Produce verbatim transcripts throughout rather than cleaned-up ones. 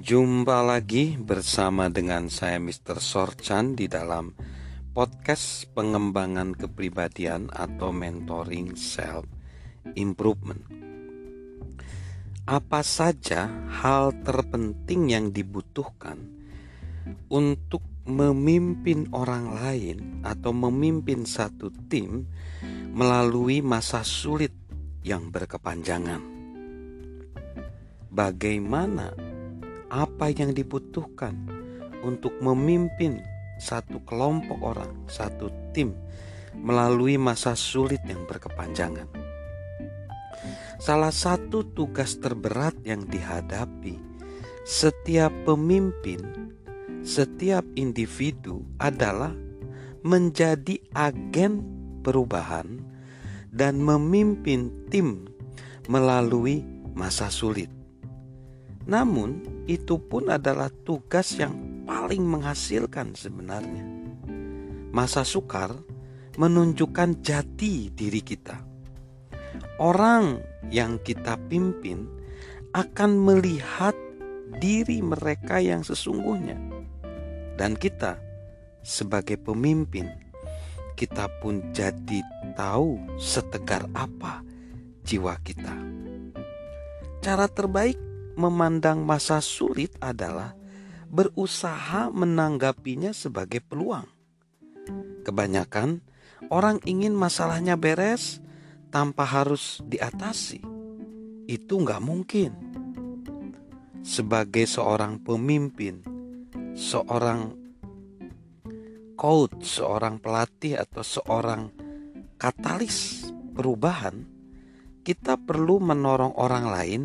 Jumpa lagi bersama dengan saya mister Sorchan di dalam podcast pengembangan kepribadian atau mentoring self improvement. Apa saja hal terpenting yang dibutuhkan untuk memimpin orang lain atau memimpin satu tim melalui masa sulit yang berkepanjangan? Bagaimana apa yang dibutuhkan untuk memimpin satu kelompok orang, satu tim melalui masa sulit yang berkepanjangan? Salah satu tugas terberat yang dihadapi setiap pemimpin, setiap individu adalah menjadi agen perubahan dan memimpin tim melalui masa sulit. Namun, itu pun adalah tugas yang paling menghasilkan sebenarnya. Masa sukar menunjukkan jati diri kita. Orang yang kita pimpin akan melihat diri mereka yang sesungguhnya. Dan kita sebagai pemimpin, kita pun jadi tahu setegar apa jiwa kita. Cara terbaik memandang masa sulit adalah berusaha menanggapinya sebagai peluang. Kebanyakan orang ingin masalahnya beres tanpa harus diatasi. Itu nggak mungkin. Sebagai seorang pemimpin, seorang coach, seorang pelatih atau seorang katalis perubahan, kita perlu menolong orang lain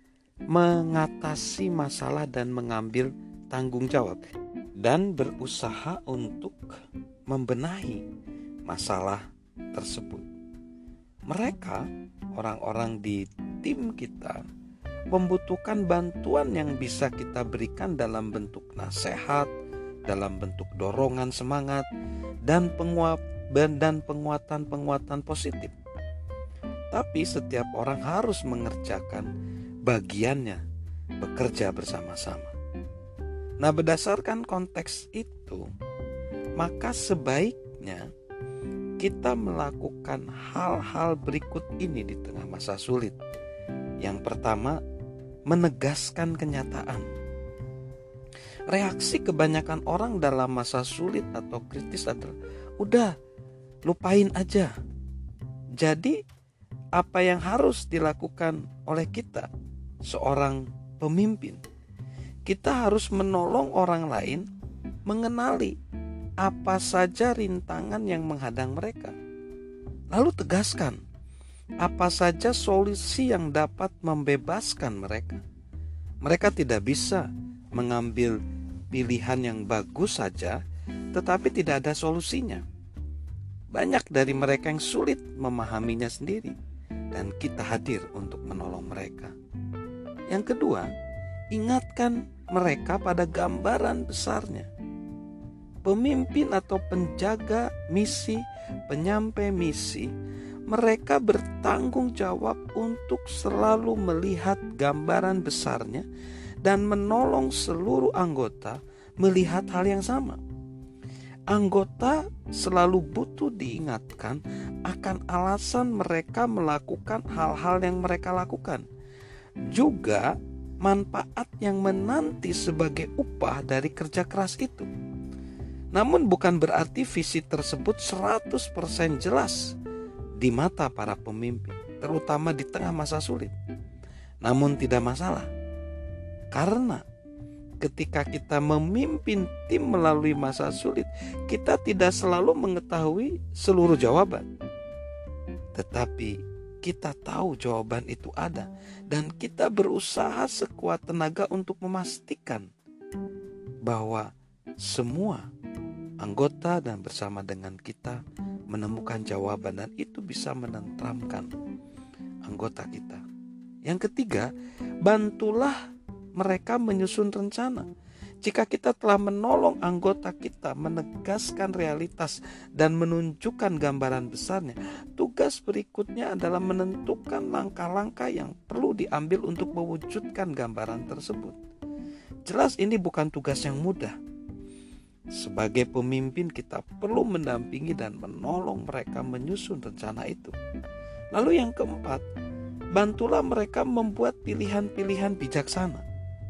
mengatasi masalah dan mengambil tanggung jawab dan berusaha untuk membenahi masalah tersebut. Mereka, orang-orang di tim kita, membutuhkan bantuan yang bisa kita berikan dalam bentuk nasihat, dalam bentuk dorongan semangat dan penguat dan penguatan-penguatan positif. Tapi setiap orang harus mengerjakan bagiannya, bekerja bersama-sama. Nah, berdasarkan konteks itu, maka sebaiknya kita melakukan hal-hal berikut ini di tengah masa sulit. Yang pertama, menegaskan kenyataan. Reaksi kebanyakan orang dalam masa sulit atau kritis adalah, udah, lupain aja. Jadi, apa yang harus dilakukan oleh kita, seorang pemimpin, kita harus menolong orang lain mengenali apa saja rintangan yang menghadang mereka. Lalu tegaskan apa saja solusi yang dapat membebaskan mereka. Mereka tidak bisa mengambil pilihan yang bagus saja tetapi tidak ada solusinya. Banyak dari mereka yang sulit memahaminya sendiri dan kita hadir untuk menolong mereka. Yang kedua, ingatkan mereka pada gambaran besarnya. Pemimpin atau penjaga misi, penyampai misi, mereka bertanggung jawab untuk selalu melihat gambaran besarnya dan menolong seluruh anggota melihat hal yang sama. Anggota selalu butuh diingatkan akan alasan mereka melakukan hal-hal yang mereka lakukan. Juga manfaat yang menanti sebagai upah dari kerja keras itu. Namun bukan berarti visi tersebut seratus persen jelas di mata para pemimpin, terutama di tengah masa sulit. Namun tidak masalah, karena ketika kita memimpin tim melalui masa sulit, kita tidak selalu mengetahui seluruh jawaban. Tetapi kita tahu jawaban itu ada dan kita berusaha sekuat tenaga untuk memastikan bahwa semua anggota dan bersama dengan kita menemukan jawaban dan itu bisa menenteramkan anggota kita. Yang ketiga, bantulah mereka menyusun rencana. Jika kita telah menolong anggota kita menegaskan realitas dan menunjukkan gambaran besarnya, tugas berikutnya adalah menentukan langkah-langkah yang perlu diambil untuk mewujudkan gambaran tersebut. Jelas ini bukan tugas yang mudah. Sebagai pemimpin kita perlu mendampingi dan menolong mereka menyusun rencana itu. Lalu yang keempat, bantulah mereka membuat pilihan-pilihan bijaksana.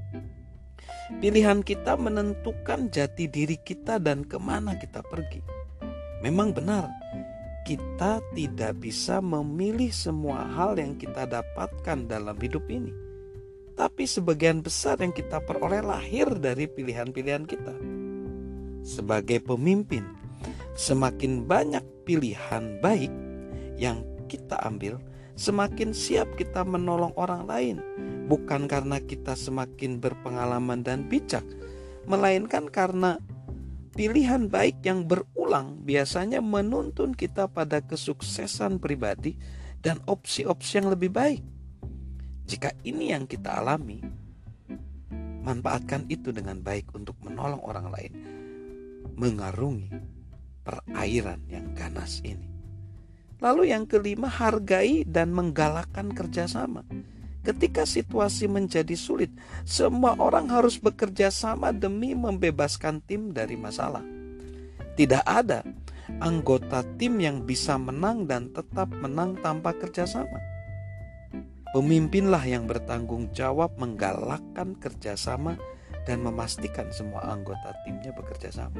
Pilihan kita menentukan jati diri kita dan kemana kita pergi. Memang benar, kita tidak bisa memilih semua hal yang kita dapatkan dalam hidup ini. Tapi sebagian besar yang kita peroleh lahir dari pilihan-pilihan kita. Sebagai pemimpin, semakin banyak pilihan baik yang kita ambil, semakin siap kita menolong orang lain. Bukan karena kita semakin berpengalaman dan bijak, melainkan karena pilihan baik yang berulang biasanya menuntun kita pada kesuksesan pribadi dan opsi-opsi yang lebih baik. Jika ini yang kita alami, manfaatkan itu dengan baik untuk menolong orang lain mengarungi perairan yang ganas ini. Lalu yang kelima, hargai dan menggalakkan kerjasama. Ketika situasi menjadi sulit, semua orang harus bekerja sama demi membebaskan tim dari masalah. Tidak ada anggota tim yang bisa menang dan tetap menang tanpa kerjasama. Pemimpinlah yang bertanggung jawab menggalakkan kerjasama dan memastikan semua anggota timnya bekerja sama.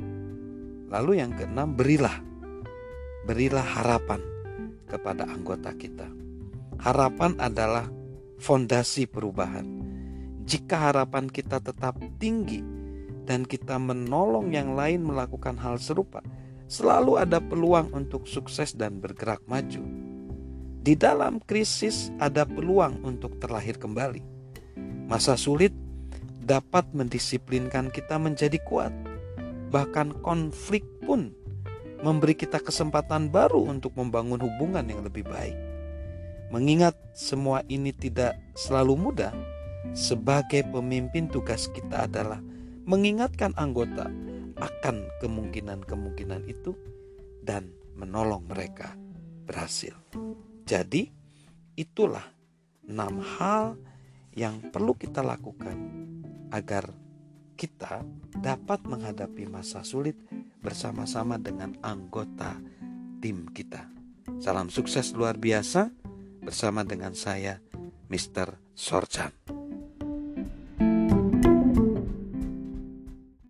Lalu yang keenam, berilah berilah harapan kepada anggota kita. Harapan adalah fondasi perubahan. Jika harapan kita tetap tinggi dan kita menolong yang lain melakukan hal serupa, selalu ada peluang untuk sukses dan bergerak maju. Di dalam krisis ada peluang untuk terlahir kembali. Masa sulit dapat mendisiplinkan kita menjadi kuat. Bahkan konflik pun memberi kita kesempatan baru untuk membangun hubungan yang lebih baik. Mengingat semua ini tidak selalu mudah, sebagai pemimpin tugas kita adalah mengingatkan anggota akan kemungkinan-kemungkinan itu dan menolong mereka berhasil. Jadi itulah enam hal yang perlu kita lakukan agar kita dapat menghadapi masa sulit bersama-sama dengan anggota tim kita. Salam sukses luar biasa bersama dengan saya, mister Sorchan.